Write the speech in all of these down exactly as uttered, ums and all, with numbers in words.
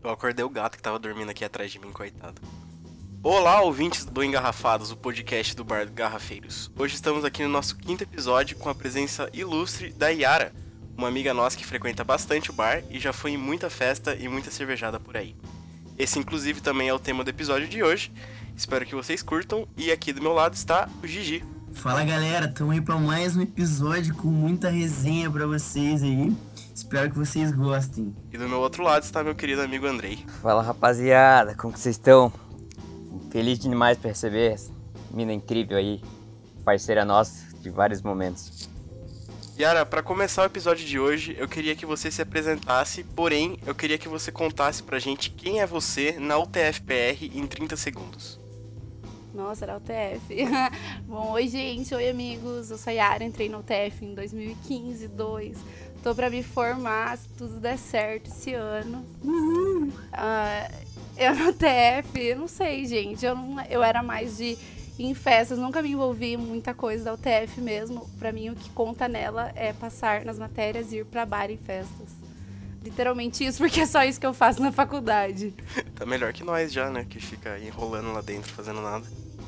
Eu acordei o gato que tava dormindo aqui atrás de mim, coitado. Olá, ouvintes do Engarrafados, o podcast do Bar Garrafeiros. Hoje estamos aqui no nosso quinto episódio com a presença ilustre da Yara, uma amiga nossa que frequenta bastante o bar e já foi em muita festa e muita cervejada por aí. Esse, inclusive, também é o tema do episódio de hoje. Espero que vocês curtam. E aqui do meu lado está o Gigi. Fala, galera, estamos aí para mais um episódio com muita resenha para vocês aí. Espero que vocês gostem. E do meu outro lado está meu querido amigo Andrei. Fala, rapaziada, como que vocês estão? Feliz demais por receber essa mina incrível aí, parceira nossa de vários momentos. Yara, para começar o episódio de hoje, eu queria que você se apresentasse, porém, eu queria que você contasse pra gente quem é você na U T F P R em trinta segundos. Nossa, era U T F. Bom, oi gente, oi amigos, eu sou a Yara, entrei na U T F em dois mil e quinze, dois. Tô pra me formar, se tudo der certo esse ano. Uhum. Uh, eu na U T F, eu não sei, gente, eu, não, eu era mais de... em festas, nunca me envolvi em muita coisa da U T F mesmo. Pra mim, o que conta nela é passar nas matérias e ir pra bar em festas. Literalmente isso, porque é só isso que eu faço na faculdade. Tá melhor que nós já, né? Que fica enrolando lá dentro, fazendo nada.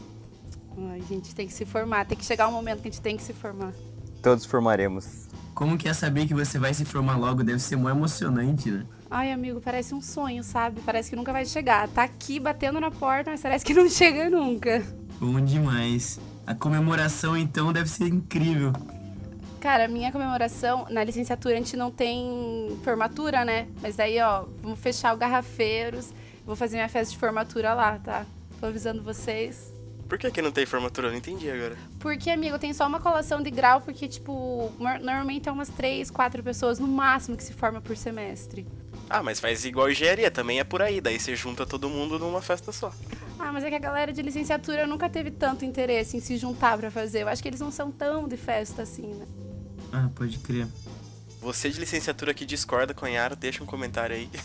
Ai, a gente tem que se formar, tem que chegar um momento que a gente tem que se formar. Todos formaremos. Como que é saber que você vai se formar logo? Deve ser muito emocionante, né? Ai, amigo, parece um sonho, sabe? Parece que nunca vai chegar. Tá aqui batendo na porta, mas parece que não chega nunca. Bom demais. A comemoração, então, deve ser incrível. Cara, a minha comemoração, na licenciatura a gente não tem formatura, né? Mas daí, ó, vamos fechar o Garrafeiros. Vou fazer minha festa de formatura lá, tá? Tô avisando vocês. Por que que não tem formatura? Eu não entendi agora. Porque, amigo, tem só uma colação de grau, porque, tipo, normalmente é umas três, quatro pessoas no máximo que se forma por semestre. Ah, mas faz igual engenharia, também é por aí. Daí você junta todo mundo numa festa só. Ah, mas é que a galera de licenciatura nunca teve tanto interesse em se juntar pra fazer. Eu acho que eles não são tão de festa assim, né? Ah, pode crer. Você de licenciatura que discorda com a Yara, deixa um comentário aí.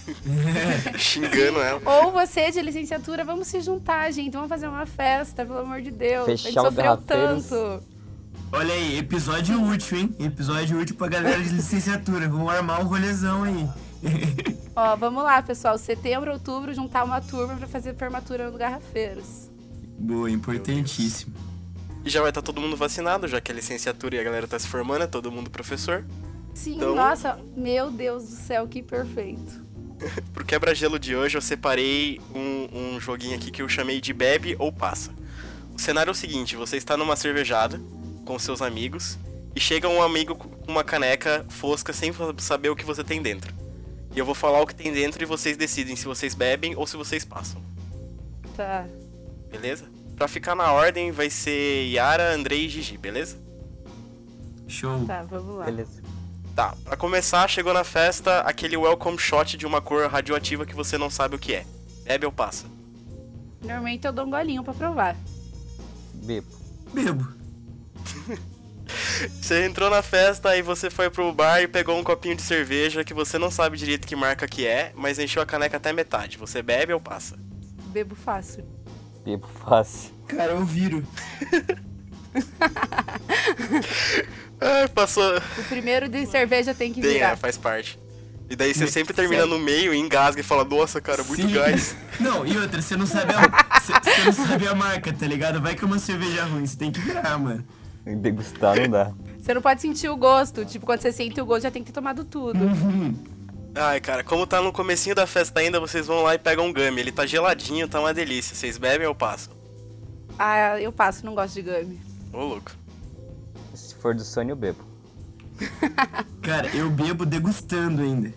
Xingando ela. Ou você de licenciatura, vamos se juntar, gente. Vamos fazer uma festa, pelo amor de Deus. Fechar a gente sofreu Garrafeiros. tanto. Olha aí, episódio útil, hein? Episódio útil pra galera de licenciatura. Vamos armar um rolezão aí. Ó, vamos lá, pessoal. Setembro, outubro, juntar uma turma pra fazer formatura no Garrafeiros. Boa, importantíssimo. E já vai estar todo mundo vacinado, já que a licenciatura e a galera tá se formando, é todo mundo professor. Sim, Então- nossa, meu Deus do céu, que perfeito. Pro quebra-gelo de hoje, eu separei um, um joguinho aqui que eu chamei de Bebe ou Passa. O cenário é o seguinte, você está numa cervejada com seus amigos e chega um amigo com uma caneca fosca sem saber o que você tem dentro. E eu vou falar o que tem dentro e vocês decidem se vocês bebem ou se vocês passam. Tá. Beleza? Pra ficar na ordem, vai ser Yara, Andrei e Gigi, beleza? Show. Tá, vamos lá. Beleza. Tá, pra começar, chegou na festa aquele welcome shot de uma cor radioativa que você não sabe o que é. Bebe ou passa? Normalmente eu dou um golinho pra provar. Bebo. Bebo. Você entrou na festa e você foi pro bar e pegou um copinho de cerveja que você não sabe direito que marca que é, mas encheu a caneca até metade. Você bebe ou passa? Bebo fácil. Bebo fácil. Cara, eu viro. Ai, passou. O primeiro de cerveja tem que Tem, virar. é, faz parte. E daí você sempre termina no meio e engasga e fala, nossa, cara, muito Sim. gás. Não, e outra, você não sabe a, você, você não sabe a marca, tá ligado? Vai que é uma cerveja ruim, você tem que virar, mano. Degustar não dá. Você não pode sentir o gosto. Tipo, quando você sente o gosto, já tem que ter tomado tudo. Ai, cara, como tá no comecinho da festa ainda, vocês vão lá e pegam um gummy. Ele tá geladinho, tá uma delícia. Vocês bebem ou passam? Ah, eu passo, não gosto de gummy. Ô, louco. Se for do Sony, eu bebo. Cara, eu bebo degustando ainda.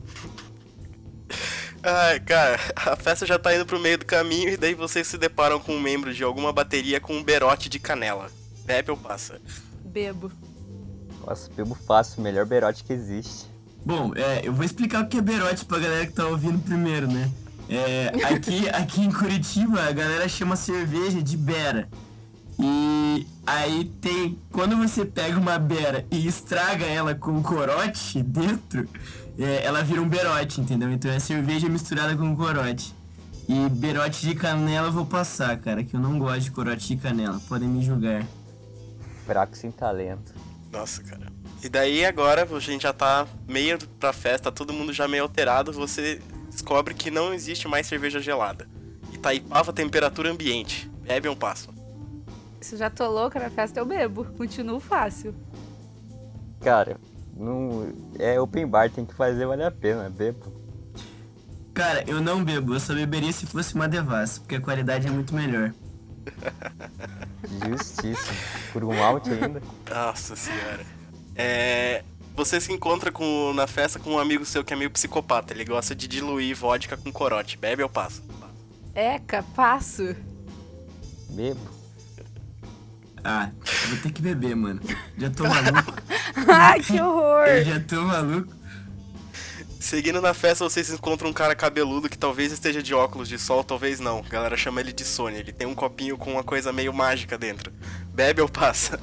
Ai, cara, a festa já tá indo pro meio do caminho e daí vocês se deparam com um membro de alguma bateria com um berote de canela. Bebe ou passa? Bebo. Nossa, bebo fácil, melhor berote que existe. Bom, é, eu vou explicar o que é berote pra galera que tá ouvindo primeiro, né? É, aqui, aqui em Curitiba, a galera chama cerveja de bera. E aí tem... Quando você pega uma bera e estraga ela com corote dentro, é, ela vira um berote, entendeu? Então é cerveja misturada com corote. E berote de canela eu vou passar, cara, que eu não gosto de corote de canela. Podem me julgar. Fraco sem talento. Nossa, cara. E daí agora a gente já tá meio pra festa, todo mundo já meio alterado, você descobre que não existe mais cerveja gelada. Itaipava, temperatura ambiente. Bebe ou passa? Se eu já tô louca na festa, eu bebo. Continuo fácil. Cara, não... é open bar, tem que fazer valer a pena, bebo. Cara, eu não bebo, eu só beberia se fosse uma devassa, porque a qualidade é muito melhor. Justíssimo. Por um malte ainda. Nossa senhora. É... Você se encontra com, na festa com um amigo seu que é meio psicopata. Ele gosta de diluir vodka com corote. Bebe ou passa? Eca, passo. Bebo. Ah, vou ter que beber, mano. Já tô maluco. Ai, que horror. Eu já tô maluco. Seguindo na festa, vocês encontram um cara cabeludo que talvez esteja de óculos de sol, talvez não. A galera chama ele de Sônia. Ele tem um copinho com uma coisa meio mágica dentro. Bebe ou passa?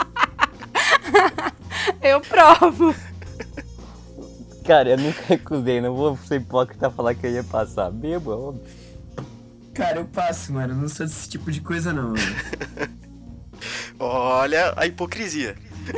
Eu provo. Cara, eu nunca recusei, não vou ser hipócrita e falar que eu ia passar. Bebo, é óbvio. Cara, eu passo, mano. Eu não sou desse tipo de coisa, não, mano. Olha a hipocrisia.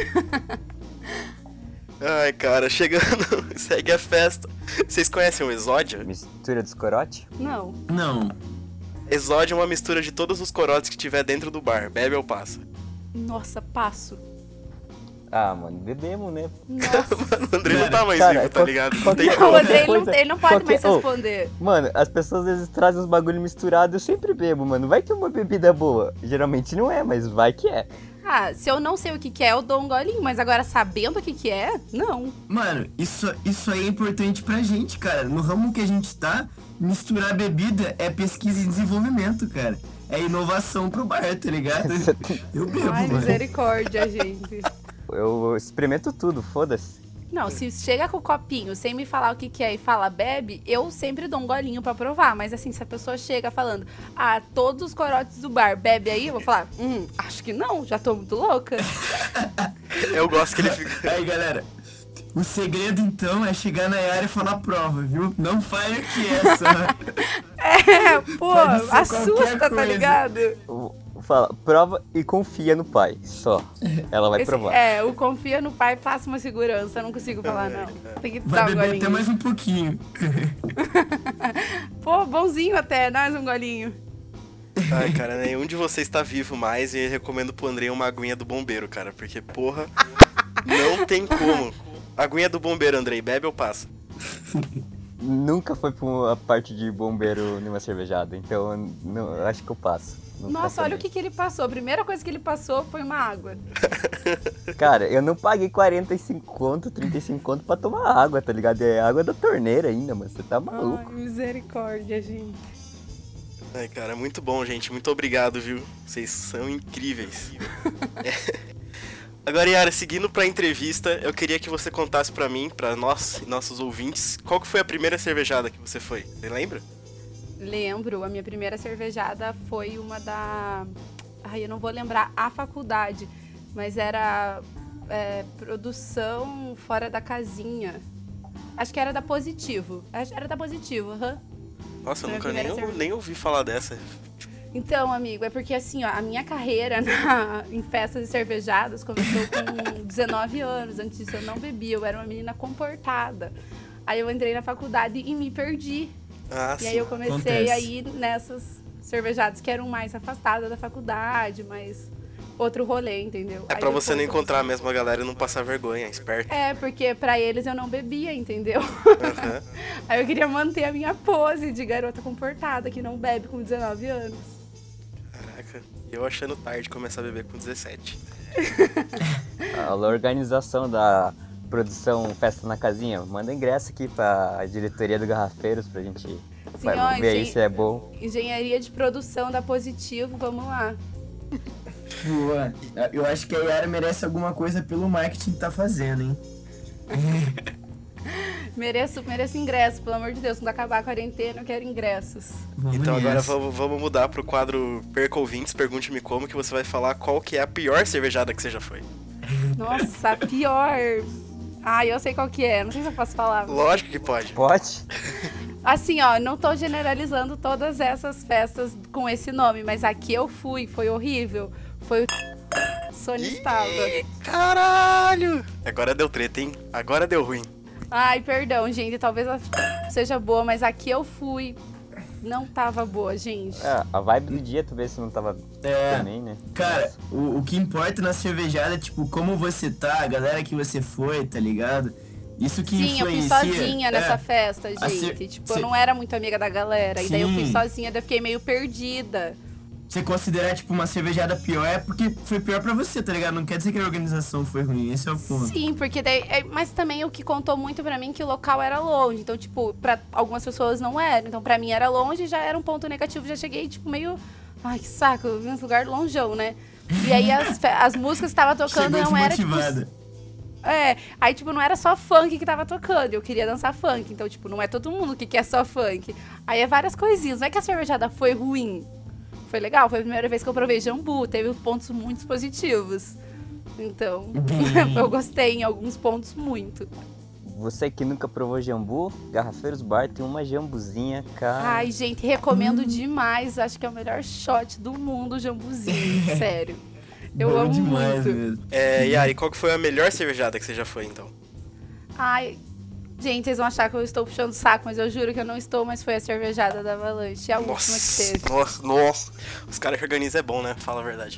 Ai, cara, chegando, segue a festa. Vocês conhecem o Exódia? Mistura dos corote? Não. Não. Exódia é uma mistura de todos os corotes que tiver dentro do bar. Bebe ou passa? Nossa, passo. Ah, mano, bebemos, né? Nossa. Mano, o Andrei não tá mais Cara, vivo, tá qual- ligado? Não qualquer tem Não, o como. Andrei não, coisa- ele não pode qualquer- mais oh. responder. Mano, as pessoas às vezes trazem os bagulho misturado, eu sempre bebo, mano. Vai que é uma bebida boa. Geralmente não é, mas vai que é. Ah, se eu não sei o que que é, eu dou um golinho. Mas agora, sabendo o que que é, não. Mano, isso, isso aí é importante pra gente, cara. No ramo que a gente tá, misturar bebida é pesquisa e desenvolvimento, cara. É inovação pro bar, tá ligado? Eu bebo, Ai, mano. misericórdia, gente. Eu experimento tudo, foda-se. Não, se chega com o copinho sem me falar o que que é e fala bebe, eu sempre dou um golinho pra provar. Mas assim, se a pessoa chega falando, ah, todos os corotes do bar, bebe aí, eu vou falar, hum, acho que não, já tô muito louca. Eu gosto que ele fica... Aí, galera, o segredo, então, é chegar na área e falar prova, viu? Não fale o que é, só. É, pô, Pode ser assusta, qualquer tá coisa. ligado? Eu- Fala, prova e confia no pai, só. Ela vai Esse- provar. é, o confia no pai, passa uma segurança, eu não consigo falar não. Tem que Vai dar um beber golinho. até mais um pouquinho. Pô, bonzinho até, dá mais um golinho. Ai, cara, nenhum de vocês tá vivo mais e eu recomendo pro Andrei uma aguinha do bombeiro, cara. Porque, porra, não tem como. Aguinha do bombeiro, Andrei, bebe ou passa? Nunca foi pra uma parte de bombeiro numa cervejada, então eu não, eu acho que eu passo. Não Nossa, faço olha o ideia. que que ele passou. A primeira coisa que ele passou foi uma água. Cara, eu não paguei quarenta e cinco conto, trinta e cinco conto pra tomar água, tá ligado? É água da torneira ainda, mano. Você tá maluco. Ai, misericórdia, gente. Ai, cara, muito bom, gente. Muito obrigado, viu? Vocês são incríveis. É. Agora, Yara, seguindo pra entrevista, eu queria que você contasse pra mim, pra nós e nossos ouvintes, qual que foi a primeira cervejada que você foi? Você lembra? Lembro, a minha primeira cervejada foi uma da... Ai, eu não vou lembrar a faculdade, mas era é, produção fora da casinha. Acho que era da Positivo. Acho que era da Positivo, aham. Nossa, eu Minha nunca nem, primeira cerve- nem ouvi falar dessa. Então, amigo, é porque assim, ó, a minha carreira na- em festas e cervejadas começou com dezenove anos. Antes disso eu não bebia, eu era uma menina comportada. Aí eu entrei na faculdade e me perdi. Ah, E sim. aí eu comecei Acontece. a ir nessas cervejadas que eram mais afastadas da faculdade, mais outro rolê, entendeu? É Aí pra você não depois eu encontrar a comecei- mesma galera e não passar vergonha, esperto. É, porque pra eles eu não bebia, entendeu? Aham. Aí eu queria manter a minha pose de garota comportada que não bebe com dezenove anos. Caraca, eu achando tarde começar a beber com dezessete. A organização da produção Festa na Casinha, manda ingresso aqui pra diretoria do Garrafeiros pra gente Sim, vai ó, ver aí engen- se é bom. Engenharia de produção da Positivo, vamos lá. Boa. Eu acho que a Yara merece alguma coisa pelo marketing que tá fazendo, hein? Mereço, mereço ingresso, pelo amor de Deus. Quando acabar a quarentena, eu quero ingressos. Vamos Então agora nessa. vamos, vamos mudar pro quadro Perca Ouvintes, Pergunte-me Como, que você vai falar qual que é a pior cervejada que você já foi. Nossa, a pior. Ah, eu sei qual que é, não sei se eu posso falar. Lógico que pode. Pode? Assim, ó, não tô generalizando todas essas festas com esse nome, mas a que eu fui foi horrível. Foi o Sony estava. Ih, caralho! Agora deu treta, hein? Agora deu ruim. Ai, perdão, gente, talvez a seja boa, mas aqui eu fui. Não tava boa, gente. É, a vibe do dia, tu vê se não tava É, também, né? cara, o, o que importa na cervejada é, tipo, como você tá, a galera que você foi, tá ligado? Isso que Sim, eu fui influencia. sozinha nessa é, festa, a gente. cer- Tipo, cer- eu não era muito amiga da galera. E daí eu fui Sim. sozinha, daí eu fiquei meio perdida. Você considerar, tipo, uma cervejada pior é porque foi pior pra você, tá ligado? Não quer dizer que a organização foi ruim, esse é o ponto. Sim, porque daí. é- Mas também o que contou muito pra mim é que o local era longe. Então, tipo, pra algumas pessoas não era. Então, pra mim era longe, já era um ponto negativo. Já cheguei, tipo, meio. Ai, que saco, eu vim num lugar longeão, né? E aí as, fe- as músicas que tava tocando Chegou não era, tipo. desmotivada. É, aí, tipo, não era só funk que tava tocando. Eu queria dançar funk. Então, tipo, não é todo mundo que quer só funk. Aí é várias coisinhas. Não é que a cervejada foi ruim. Foi legal, foi a primeira vez que eu provei jambu, teve pontos muito positivos. Então, eu gostei em alguns pontos muito. Você que nunca provou jambu, Garrafeiros Bar tem uma jambuzinha, cara. Ai, gente, recomendo demais. Acho que é o melhor shot do mundo, o jambuzinho, sério. Eu Bom amo demais muito. mesmo. É, Yari, qual que foi a melhor cervejada que você já foi, então? Ai, gente, vocês vão achar que eu estou puxando o saco, mas eu juro que eu não estou, mas foi a cervejada da Avalanche, a última que teve. nossa, nossa. Os caras que organizam é bom, né? Fala a verdade.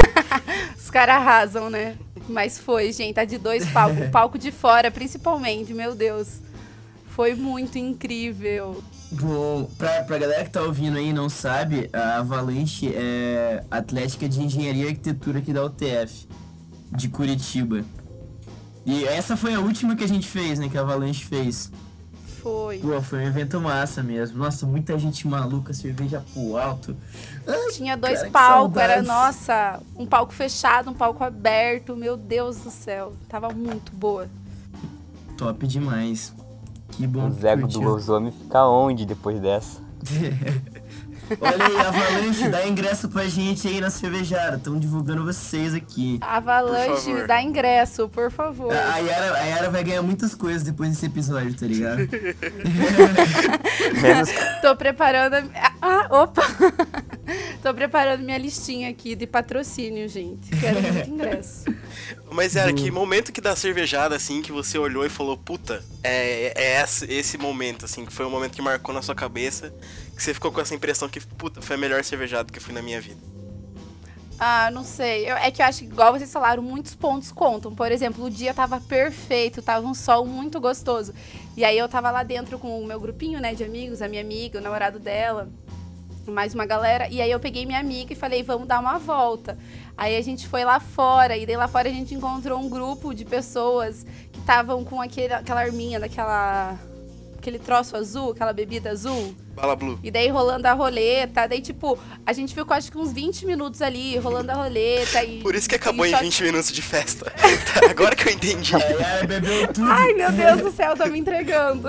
Os caras arrasam, né? Mas foi, gente, tá de dois palcos, o palco de fora, principalmente, meu Deus. Foi muito incrível. Bom, pra, pra galera que tá ouvindo aí e não sabe, a Avalanche é Atlética de Engenharia e Arquitetura aqui da U T F, de Curitiba. E essa foi a última que a gente fez, né, que a Avalanche fez. Foi. Pô, foi um evento massa mesmo. Nossa, muita gente maluca, cerveja pro alto. Tinha dois Cara, que palcos, era, saudades. nossa, um palco fechado, um palco aberto, meu Deus do céu. Tava muito boa. Top demais. Que bom O que Zego curtiu. do lobisomem fica onde depois dessa? Olha aí, Avalanche, dá ingresso pra gente aí na cervejada. Estão divulgando vocês aqui. Por Avalanche, favor. me dá ingresso, por favor. A Yara, a Yara vai ganhar muitas coisas depois desse episódio, tá ligado? Menos Tô preparando a... Ah, opa! Tô preparando minha listinha aqui de patrocínio, gente. Quero muito ingresso. Mas, Yara, que momento que da cervejada, assim, que você olhou e falou, puta, é, é esse, esse momento, assim, que foi um momento que marcou na sua cabeça, que você ficou com essa impressão que, puta, foi a melhor cervejada que eu fui na minha vida. Ah, não sei. Eu- é que eu acho que, igual vocês falaram, muitos pontos contam. Por exemplo, o dia tava perfeito, tava um sol muito gostoso. E aí eu tava lá dentro com o meu grupinho, né, de amigos, a minha amiga, o namorado dela, mais uma galera. E aí eu peguei minha amiga e falei, vamos dar uma volta. Aí a gente foi lá fora, e daí lá fora a gente encontrou um grupo de pessoas que estavam com aquele, aquela arminha daquela... aquele troço azul, aquela bebida azul. Bala Blue. E daí rolando a roleta, daí tipo, a gente ficou acho que uns vinte minutos ali, rolando a roleta e... Por isso que acabou e em shot- vinte minutos de festa. Tá, agora que eu entendi. A Yara bebeu tudo. Ai, meu Deus do céu, tá me entregando.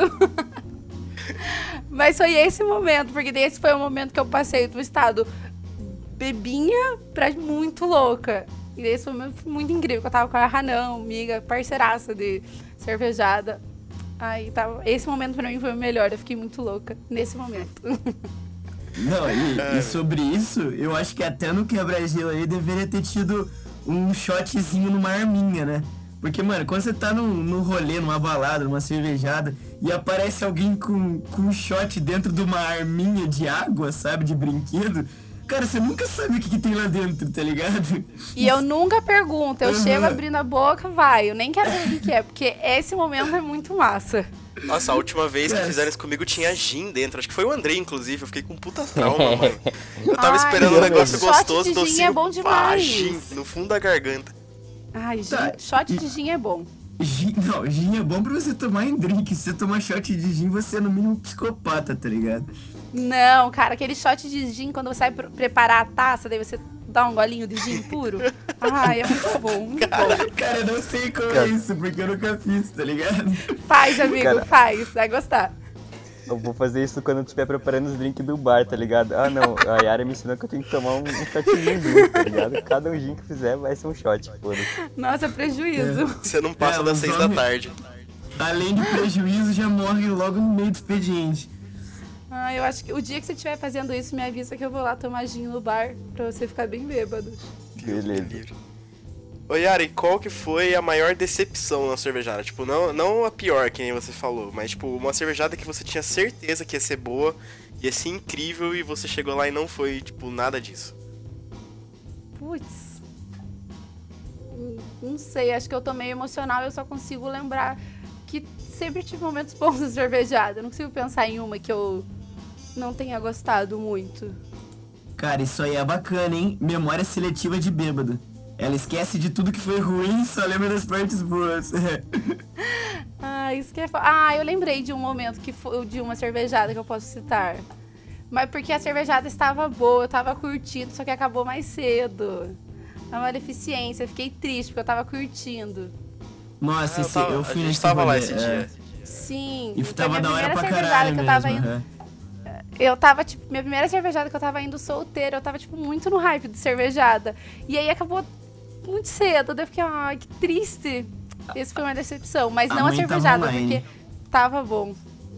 Mas foi esse momento, porque daí esse foi o momento que eu passei do estado bebinha pra muito louca. E daí esse foi um momento muito incrível, que eu tava com a Ranão, amiga, parceiraça de cervejada. Aí tava... Esse momento pra mim foi o melhor, eu fiquei muito louca nesse momento. Não, e, e sobre isso, eu acho que até no quebra-gelo aí deveria ter tido um shotzinho numa arminha, né? Porque, mano, quando você tá no, no rolê, numa balada, numa cervejada, e aparece alguém com, com um shot dentro de uma arminha de água, sabe, de brinquedo, cara, você nunca sabe o que, que tem lá dentro, tá ligado? E eu nunca pergunto, eu Uhum. chego abrindo a boca, vai. Eu nem quero ver o que que é, porque esse momento é muito massa. Nossa, a última vez que Yes. fizeram isso comigo tinha gin dentro. Acho que foi o André, inclusive. Eu fiquei com um puta trauma, mano. Eu tava Ai, esperando um meu negócio Deus. gostoso, Shot de gin docinho. é bom pá, demais. gin no fundo da garganta. Ai, gin, Tá, shot e- de gin é bom. Gin, não, gin é bom pra você tomar em drink. Se você tomar shot de gin, você é no mínimo psicopata, tá ligado? Não, cara, aquele shot de gin, quando você vai pre- preparar a taça, daí você dá um golinho de gin puro. Ai, é muito bom, muito bom. Cara, eu não sei como é Cara. isso, porque eu nunca fiz, tá ligado? Faz, amigo, Cara. faz, vai gostar. Eu vou fazer isso quando eu estiver preparando os drinks do bar, tá ligado? Ah, não, a Yara me ensinou que eu tenho que tomar um, um shotzinho junto, tá ligado? Cada um gin que fizer vai ser um shot, foda-se. Nossa, prejuízo. Você não passa É, das os seis da homens- tarde. Além de prejuízo, já morre logo no meio do expediente. Ah, eu acho que o dia que você estiver fazendo isso, me avisa que eu vou lá tomar gin no bar, pra você ficar bem bêbado. Beleza. Livre. Ô Yara, e qual que foi a maior decepção na cervejada? Tipo, não, não a pior, que nem você falou, mas tipo, uma cervejada que você tinha certeza que ia ser boa, ia ser incrível e você chegou lá e não foi, tipo, nada disso. Putz. Hum, Não sei, acho que eu tô meio emocional e eu só consigo lembrar que sempre tive momentos bons na cervejada. Eu não consigo pensar em uma que eu não tenha gostado muito. Cara, isso aí é bacana, hein? Memória seletiva de bêbado. Ela esquece de tudo que foi ruim e só lembra das partes boas. Ah, isso que é... fo- Ah, eu lembrei de um momento que foi de uma cervejada que eu posso citar. Mas porque a cervejada estava boa, eu tava curtindo, só que acabou mais cedo. É uma deficiência, eu fiquei triste porque eu tava curtindo. Nossa, Ah, eu esse, tava- eu a fui gente nesse tava lá rolê, esse é. dia. Sim, E foi tava minha da hora primeira pra cervejada caralho que eu mesmo. tava indo. aham. Eu tava, tipo, minha primeira cervejada que eu tava indo solteira, eu tava, tipo, muito no hype de cervejada. E aí acabou muito cedo, daí eu fiquei, ai, que triste. Esse foi uma decepção, mas A não a mãe tava cervejada, online. porque tava bom.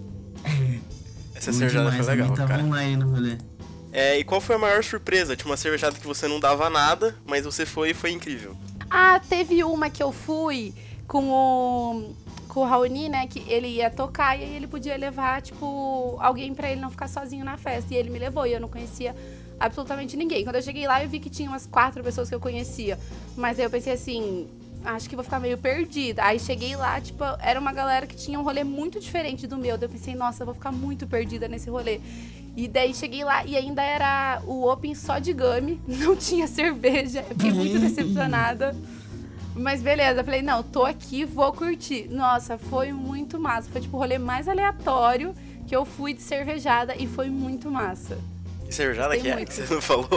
Essa Bom cervejada demais, foi a mãe legal, tava cara. online no rolê. É, e qual foi a maior surpresa? Tipo, uma cervejada que você não dava nada, mas você foi e foi incrível. Ah, teve uma que eu fui com o, com o Raoni, né, que ele ia tocar e aí ele podia levar, tipo, alguém pra ele não ficar sozinho na festa. E ele me levou e eu não conhecia absolutamente ninguém. Quando eu cheguei lá, eu vi que tinha umas quatro pessoas que eu conhecia. Mas aí eu pensei assim, acho que vou ficar meio perdida. Aí cheguei lá, tipo, era uma galera que tinha um rolê muito diferente do meu. Daí eu pensei, nossa, eu vou ficar muito perdida nesse rolê. E daí cheguei lá e ainda era o Open só de gummy, não tinha cerveja. Eu fiquei muito decepcionada. Mas beleza, eu falei, não, tô aqui, vou curtir. Nossa, foi muito massa. Foi tipo o rolê mais aleatório que eu fui de cervejada e foi muito massa. Que cervejada Tem que é muito. que você não falou?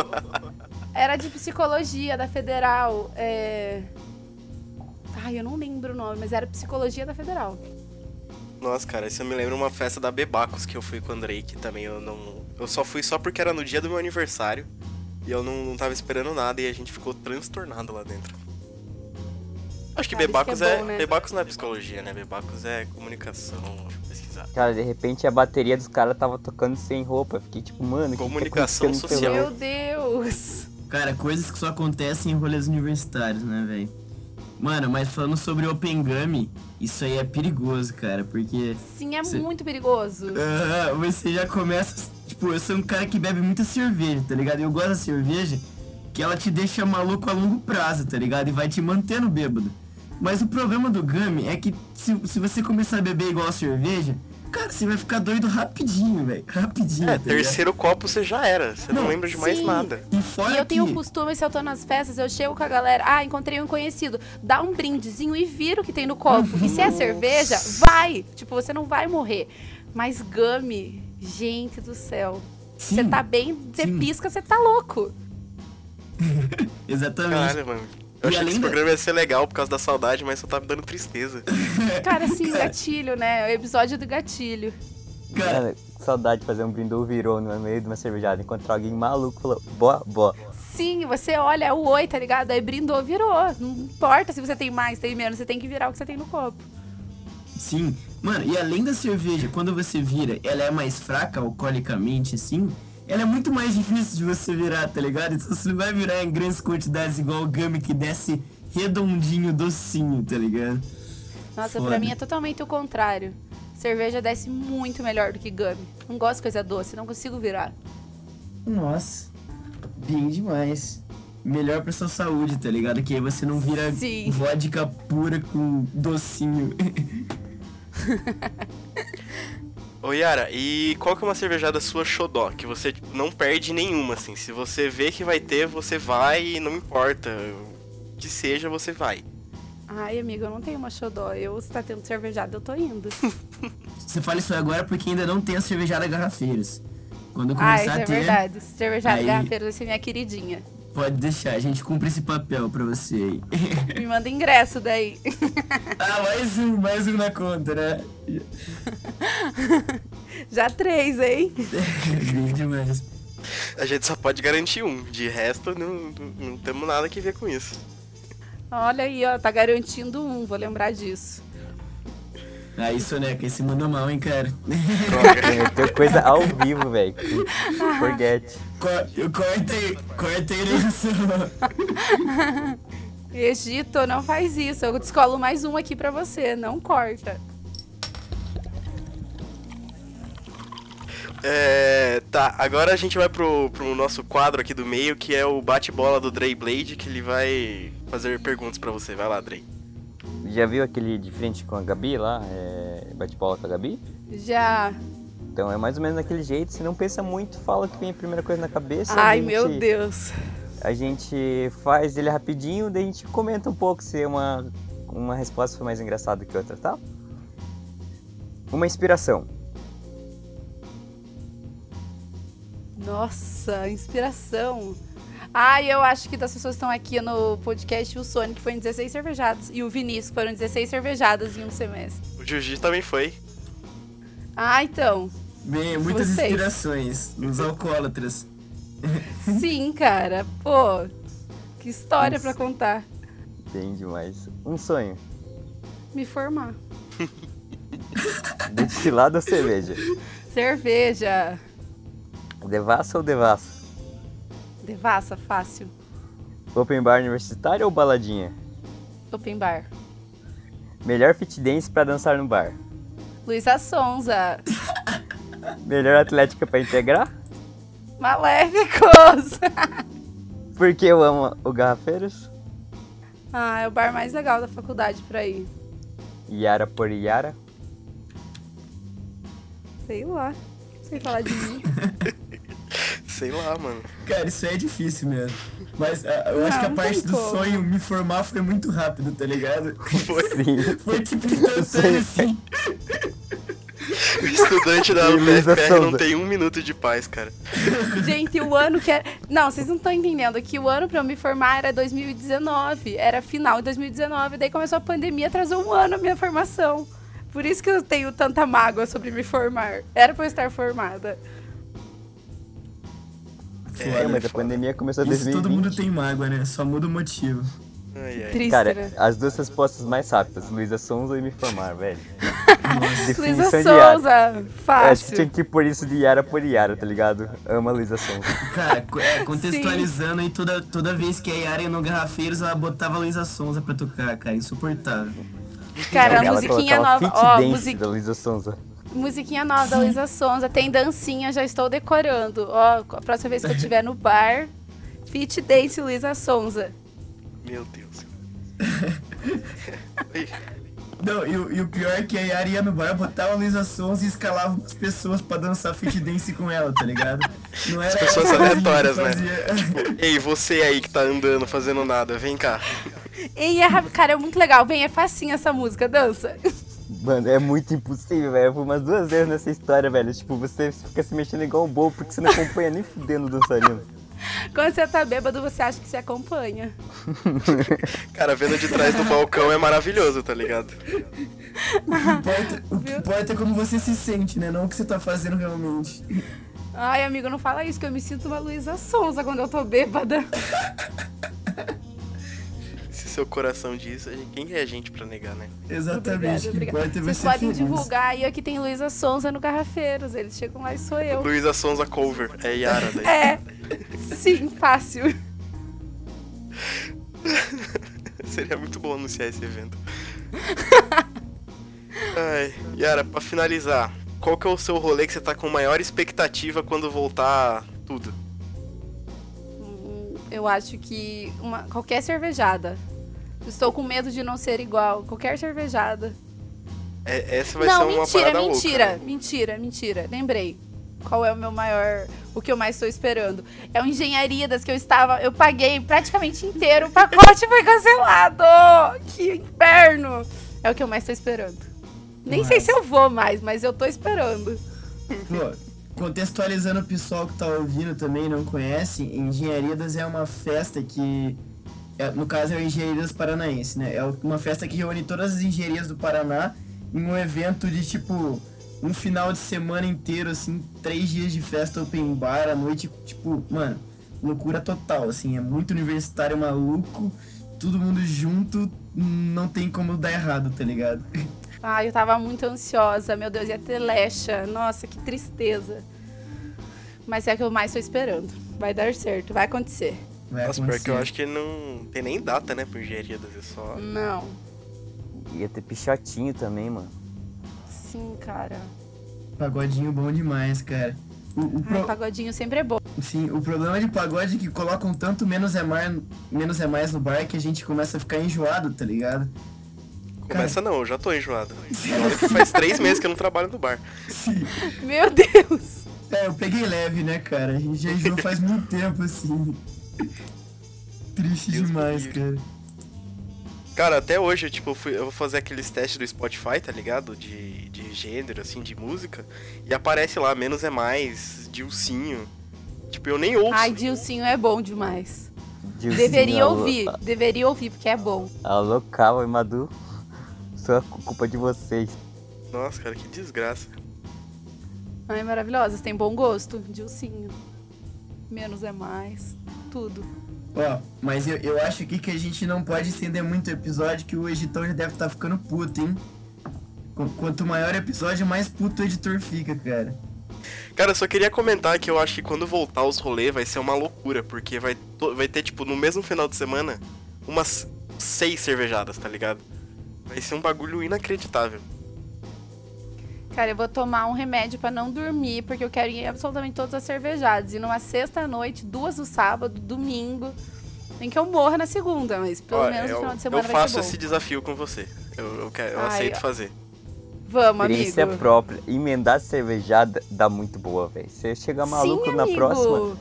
Era de psicologia da Federal. É... Ai, eu não lembro o nome, mas era psicologia da Federal. Nossa, cara, isso me lembra uma festa da Bebacos que eu fui com o Andrei, que também eu não... Eu só fui só porque era no dia do meu aniversário e eu não, não tava esperando nada e a gente ficou transtornado lá dentro. Acho que Cara, isso Bebacos que é é... bom, né? Bebacos não é psicologia, né? Bebacos é comunicação, deixa eu pesquisar. Cara, de repente a bateria dos caras tava tocando sem roupa. Fiquei tipo, mano, que Comunicação que tá acontecendo social. no Meu Deus! Cara, coisas que só acontecem em rolês universitários, né, velho? Mano, mas falando sobre Open Gummy, isso aí é perigoso, cara, porque Sim, é Cê- muito perigoso. ah, você já começa. Tipo, eu sou um cara que bebe muita cerveja, tá ligado? Eu gosto da cerveja que ela te deixa maluco a longo prazo, tá ligado? E vai te mantendo bêbado. Mas o problema do Gummy é que se, se você começar a beber igual a cerveja, cara, você vai ficar doido rapidinho, velho. Rapidinho, É, tá ligado? terceiro copo você já era, você não, Não, lembra de mais sim. nada. E fora E eu tenho que... o costume, se eu tô nas festas, eu chego com a galera, ah, encontrei um conhecido, dá um brindezinho e vira o que tem no copo. E se é cerveja, vai! Tipo, você não vai morrer. Mas Gummy, gente do céu. Sim, Você tá bem, você sim. pisca, você tá louco. Exatamente. Caralho, mano. Eu E achei que além esse da- programa ia ser legal por causa da saudade, mas só tá me dando tristeza. Cara, assim, gatilho, né? O episódio do gatilho. Cara, Cara, que saudade de fazer um brindou virou no meio de uma cervejada. Encontrar alguém maluco e falou, boa, boa. Sim, você olha, é o oi, tá ligado? Aí brindou, virou. Não importa se você tem mais, tem menos, você tem que virar o que você tem no copo. sim. Mano, e além da cerveja, quando você vira, ela é mais fraca alcoolicamente, assim, ela é muito mais difícil de você virar, tá ligado? Então você não vai virar em grandes quantidades igual o Gummy que desce redondinho, docinho, tá ligado? Nossa, Foda. pra mim é totalmente o contrário. Cerveja desce muito melhor do que Gummy. Não gosto de coisa doce, não consigo virar. Nossa, bem demais. Melhor pra sua saúde, tá ligado? Que aí você não vira Sim. vodka pura com docinho. Ô Yara, e qual que é uma cervejada sua xodó? Que você tipo, não perde nenhuma, assim. Se você vê que vai ter, você vai e não importa. O que seja, você vai. Ai, amiga, eu não tenho uma xodó. Eu, se tá tendo cervejada, eu tô indo. Você fala isso agora porque ainda não tem a cervejada garrafeiras. Quando Ah, começar isso a é ter, verdade. Cervejada aí- garrafeira vai ser minha queridinha. pode deixar, a gente cumpre esse papel pra você aí. Me manda ingresso daí. Ah, mais um, mais um na conta, né? Já três, hein? Bem demais. A gente só pode garantir um. De resto, não, não, não temos nada que ver com isso. Olha aí, ó, tá garantindo um, vou lembrar disso. Aí, Soneca, esse manda mal, hein, cara? Droga. Tem coisa ao vivo, velho. Forget. Co- Corta aí, corta aí, ligação. Egito, não faz isso. Eu descolo mais um aqui pra você, não corta. É, tá, agora a gente vai pro, pro nosso quadro aqui do meio, que é o bate-bola do Dre Blade, que ele vai fazer perguntas pra você. Vai lá, Dre. Já viu aquele de frente com a Gabi lá? É... Bate-bola com a Gabi? Já. Então é mais ou menos daquele jeito. Se não pensa muito, fala o que vem a primeira coisa na cabeça. Ai, a gente, meu Deus. A gente faz ele rapidinho, daí a gente comenta um pouco se uma, uma resposta foi mais engraçada que outra, tá? Uma inspiração. Nossa, inspiração. Ai, eu acho que das pessoas que estão aqui no podcast, o Sonic foi em dezesseis cervejadas e o Vinícius foram dezesseis cervejadas em um semestre. O Jiu-Jitsu também foi. Ah, então. Bem, muitas Vocês. inspirações nos alcoólatras. Sim, cara. Pô, que história Isso. pra contar. Tem demais. Um sonho. Me formar. Destilado ou cerveja? Cerveja. Devassa ou devassa? Devassa, fácil. Open bar universitário ou baladinha? Open bar. Melhor fit dance pra dançar no bar? Luísa Sonza. Melhor atlética pra integrar? Maléficos. Por que eu amo o Garrafeiros? Ah, é o bar mais legal da faculdade pra ir. Yara por Yara? Sei lá. Não sei falar de mim. Sei lá, mano. Cara, isso aí é difícil mesmo. Mas ah, eu Não, acho que a não parte tem do como. sonho me formar foi muito rápido, tá ligado? Foi Sim. Foi tipo instantâneo assim. o estudante da E U T Luísa F P R não Sonza. tem um minuto de paz, cara. Gente, o ano que era... Não, vocês não estão entendendo que o ano pra eu me formar era dois mil e dezenove. Era final de dois mil e dezenove. Daí começou a pandemia, atrasou um ano a minha formação. Por isso que eu tenho tanta mágoa sobre me formar. Era pra eu estar formada. É, mas a foda. pandemia começou em Isso dois mil e todo vinte. mundo tem mágoa, né? Só muda o motivo. Ai, ai. Triste, Cara, né? as duas respostas mais rápidas, Luísa Sonza e me formar, velho. Luísa Definição de Yara. Souza, Eu acho que fácil. tinha que ir por isso de Yara por Yara, tá ligado? Ama a Luísa Sonza. Cara, co- é, contextualizando aí, toda, toda vez que a Yara ia no Garrafeiros, ela botava a Luísa Sonza pra tocar, cara. Insuportável. Cara, a Ela musiquinha colocava nova. fit Ó, dance music... da Luísa Sonza. musiquinha nova da Luísa Sonza. Tem dancinha, já estou decorando. Ó, a próxima vez que eu estiver no bar, Fit Dance Luísa Sonza. Meu Deus. Oi. Não, e, o- e o pior é que a Yara ia no bar, botava a Luísa Sonza e escalava umas pessoas pra dançar fit dance com ela, tá ligado? Não era As pessoas ela sozinha que aleatórias, né? fazia. Ei, você aí que tá andando, fazendo nada, vem cá. E é, ra- cara, é muito legal. Vem, é facinho essa música, dança. Mano, é muito impossível, velho. Eu fui umas duas vezes nessa história, velho. Tipo, você fica se mexendo igual um bobo porque você não acompanha nem fudendo o dançarino. Quando você tá bêbado, você acha que se acompanha. Cara, vendo de trás do balcão é maravilhoso, tá ligado? O que importa- O que importa é como você se sente, né? Não o que você tá fazendo realmente. Ai, amigo, não fala isso, que eu me sinto uma Luísa Sonza quando eu tô bêbada. Se seu coração diz, a gente- quem é a gente pra negar, né? Exatamente. Obrigada, O que obrigada. importa é Vocês você podem feliz. divulgar aí, aqui tem Luísa Sonza no Garrafeiros. Eles chegam lá e sou eu. Luísa Sonza cover, é Yara daí. É, sim, fácil. Seria muito bom anunciar esse evento. Ai, Yara, pra finalizar, qual que é o seu rolê que você tá com maior expectativa quando voltar tudo? Hum, Eu acho que uma, qualquer cervejada. Estou com medo de não ser igual. Qualquer cervejada. É, essa vai não, ser uma mentira, parada mentira, louca, né? mentira, mentira. Lembrei. Qual é o meu maior... O que eu mais estou esperando. É o Engenharia das que eu estava... Eu paguei praticamente inteiro. O pacote foi cancelado. Que inferno. É o que eu mais estou esperando. Nem sei Nossa. se eu vou mais, mas eu tô esperando. Pô, contextualizando o pessoal que tá ouvindo também não conhece, Engenharia das é uma festa que, é, no caso é o Engenharia das Paranaense, né? É uma festa que reúne todas as engenharias do Paraná em um evento de tipo um final de semana inteiro, assim, três dias de festa open bar, à noite, tipo, mano, loucura total, assim, é muito universitário maluco, todo mundo junto, não tem como dar errado, tá ligado? Ai, eu tava muito ansiosa. Meu Deus, ia ter lecha. Nossa, que tristeza. Mas é o que eu mais tô esperando. Vai dar certo, vai acontecer. Vai Nossa, pior acontecer. que eu acho que não tem nem data, né, pro engenharia das é só... Não. Ia ter pichotinho também, mano. Sim, cara. Pagodinho bom demais, cara. O, o Ai, pro- pagodinho sempre é bom. Sim, o problema de pagode é que colocam tanto menos é mais, menos é mais no bar que a gente começa a ficar enjoado, tá ligado? Começa não, eu já tô enjoado. E olha que faz três meses que eu não trabalho no bar. Sim. Meu Deus. É, eu peguei leve, né, cara? A gente já enjoou faz muito tempo, assim. Triste Deus me demais, livre. cara. Cara, até hoje, tipo, eu, fui, eu vou fazer aqueles testes do Spotify, tá ligado? De, de gênero, assim, de música. E aparece lá, menos é mais, Dilcinho. Tipo, eu nem ouço. Ai, Dilcinho é bom demais. Dilcinho, Deveria alô- ouvir. Deveria ouvir, porque é bom. Alô, Calma e Madu. Só culpa de vocês. Nossa, cara, que desgraça. Ai, maravilhosas. Tem bom gosto. Dilcinho. Menos é mais. Tudo. Ó, mas eu, eu acho aqui que a gente não pode estender muito o episódio, que o editor já deve estar ficando puto, hein? Qu- Quanto maior o episódio, mais puto o editor fica, cara. Cara, eu só queria comentar que eu acho que quando voltar os rolês vai ser uma loucura, porque vai, to- vai ter, tipo, no mesmo final de semana, umas seis cervejadas, tá ligado? Vai ser um bagulho inacreditável. Cara, eu vou tomar um remédio pra não dormir, porque eu quero ir em absolutamente todas as cervejadas. E numa sexta-noite, duas no sábado, domingo. Nem que eu morra na segunda, mas pelo Ó, menos no eu, final de semana eu vai faço ser bom. esse desafio com você. Eu, eu, quero, eu Ai, aceito ó. fazer. Vamos, Experiência amigo. própria. Emendar cervejada dá muito boa, velho. Você chega maluco Sim, na amigo. próxima.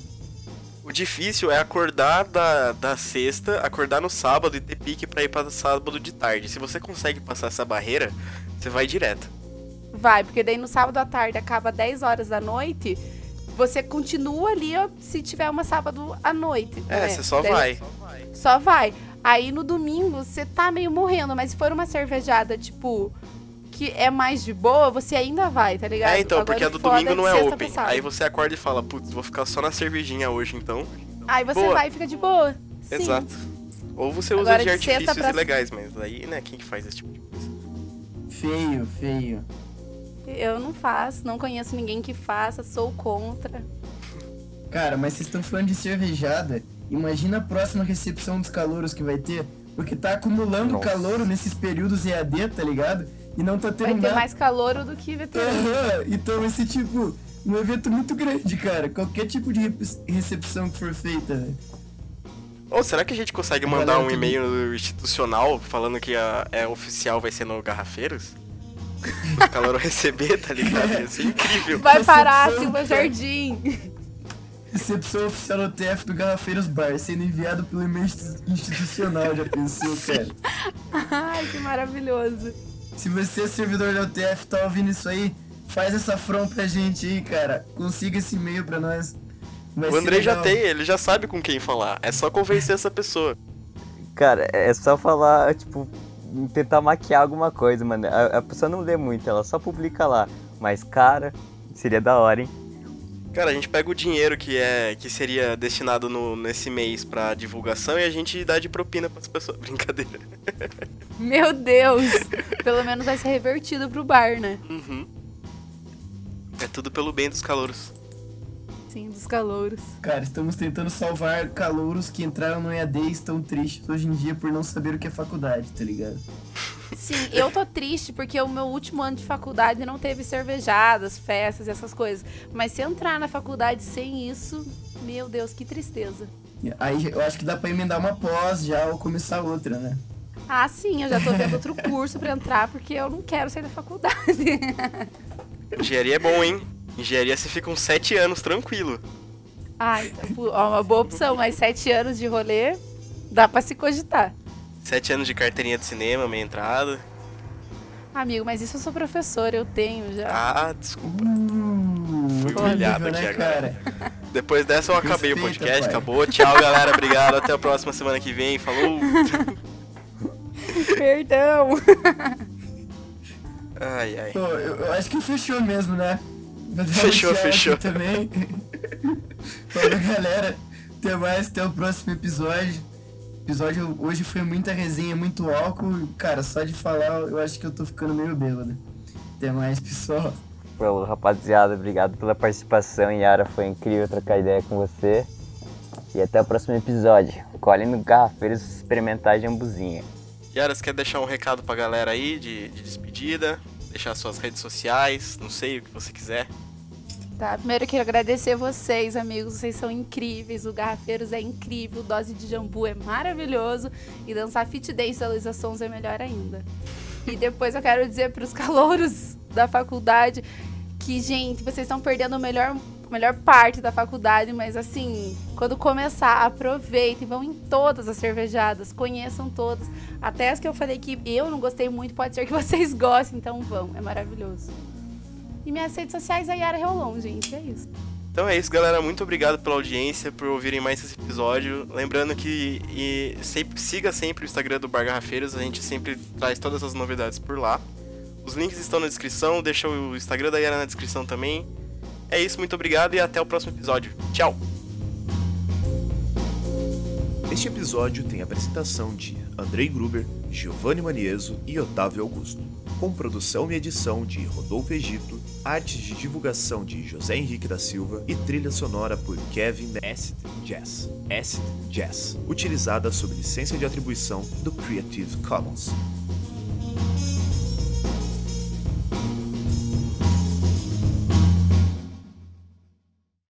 O difícil é acordar da, da sexta, acordar no sábado e ter pique pra ir pra sábado de tarde. Se você consegue passar essa barreira, você vai direto. Vai, porque daí no sábado à tarde acaba dez horas da noite. Você continua ali, ó, se tiver uma sábado à noite. É, né? você só Daí- vai. Só vai. Aí no domingo você tá meio morrendo, mas se for uma cervejada, tipo, que é mais de boa, você ainda vai, tá ligado? É, então, Agora porque a o do foda domingo de não é sexta open. pra sábado. Aí você acorda e fala, putz, vou ficar só na cervejinha hoje então. Aí você Boa. vai e fica de boa. Sim. Exato. Ou você usa Agora de de sexta artifícios pra- ilegais, mas aí, né, quem que faz esse tipo de coisa? Feio, feio. Eu não faço, não conheço ninguém que faça, sou contra. Cara, mas vocês estão falando de cervejada. Imagina a próxima recepção dos calouros que vai ter. Porque tá acumulando Nossa. calouro nesses períodos E A D, tá ligado? E não tá tendo Vai ter nada. mais calor do que veterano. Aham, então vai ser tipo um evento muito grande, cara. Qualquer tipo de rep- recepção que for feita, velho. Ou será que a gente consegue A mandar galera um tem- e-mail institucional falando que a, é oficial vai ser no Garrafeiros? O calor receber, tá ligado? Ia ser incrível. Vai parar Recepção, Silva cara. Jardim. Recepção oficial do T F do Garrafeiros Bar, sendo enviado pelo e-mail institu- institucional, já pensou, cara? Ai, que maravilhoso. Se você é servidor da U T F tá ouvindo isso aí, faz essa from pra gente aí, cara. Consiga esse e-mail pra nós. Vai O ser André já legal. tem, ele já sabe com quem falar. É só convencer essa pessoa. Cara, é só falar, tipo, tentar maquiar alguma coisa, mano. A, a pessoa não lê muito, ela só publica lá. Mas, cara, seria da hora, hein? Cara, a gente pega o dinheiro que é que seria destinado no, nesse mês pra divulgação e a gente dá de propina pras pessoas. Brincadeira. Meu Deus. Pelo menos vai ser revertido pro bar, né? Uhum. É tudo pelo bem dos calouros. Sim, dos calouros. Cara, estamos tentando salvar calouros que entraram no E A D e estão tristes hoje em dia por não saber o que é faculdade, tá ligado? Sim, eu tô triste porque o meu último ano de faculdade não teve cervejadas, festas e essas coisas. Mas se entrar na faculdade sem isso, meu Deus, que tristeza. Aí eu acho que dá pra emendar uma pós já ou começar outra, né? Ah, sim, eu já tô vendo outro curso pra entrar porque eu não quero sair da faculdade. Engenharia é bom, hein? Engenharia você fica uns sete anos tranquilo. Ai, ó, uma boa opção, mas sete anos de rolê dá pra se cogitar. Sete anos de carteirinha de cinema, meia entrada. Amigo, mas isso eu sou professora, eu tenho já. Ah, desculpa. Uh, Fui outro humilhado nível, aqui né, agora. cara? Depois dessa eu acabei o Respeita, podcast, pai. acabou. Tchau, galera. Obrigado. Até a próxima semana que vem. Falou. Perdão. Ai, ai. Pô, eu, eu acho que fechou mesmo, né? Vou dar um Fechou, tchau fechou. aqui também. Falou, galera. Até mais, até o próximo episódio. O episódio hoje foi muita resenha, muito álcool. Cara, só de falar, eu acho que eu tô ficando meio bêbado. Até mais, pessoal. Falou, rapaziada, obrigado pela participação. Yara, foi incrível trocar ideia com você. E até o próximo episódio. Colhe no Garrafeiros experimentar jambuzinha. Yara, você quer deixar um recado pra galera aí de, de despedida? Deixar suas redes sociais, não sei, o que você quiser. Tá, primeiro eu quero agradecer vocês, amigos, vocês são incríveis, o Garrafeiros é incrível, o Dose de Jambu é maravilhoso e dançar Fit Dance da Luísa Sonza é melhor ainda. E depois eu quero dizer pros calouros da faculdade que, gente, vocês estão perdendo a melhor, a melhor parte da faculdade, mas assim, quando começar, aproveitem, vão em todas as cervejadas, conheçam todas, até as que eu falei que eu não gostei muito, pode ser que vocês gostem, então vão, é maravilhoso. E minhas redes sociais é Yara Reolon, gente, é isso. Então é isso, galera. Muito obrigado pela audiência, por ouvirem mais esse episódio. Lembrando que e sempre, siga sempre o Instagram do Bar Garrafeiros, a gente sempre traz todas as novidades por lá. Os links estão na descrição, deixa o Instagram da Yara na descrição também. É isso, muito obrigado e até o próximo episódio. Tchau! Este episódio tem a apresentação de Andrei Gruber, Giovanni Manieso e Otávio Augusto, com produção e edição de Rodolfo Egito, artes de divulgação de José Henrique da Silva e trilha sonora por Kevin Acid Jazz, Acid Jazz, utilizada sob licença de atribuição do Creative Commons.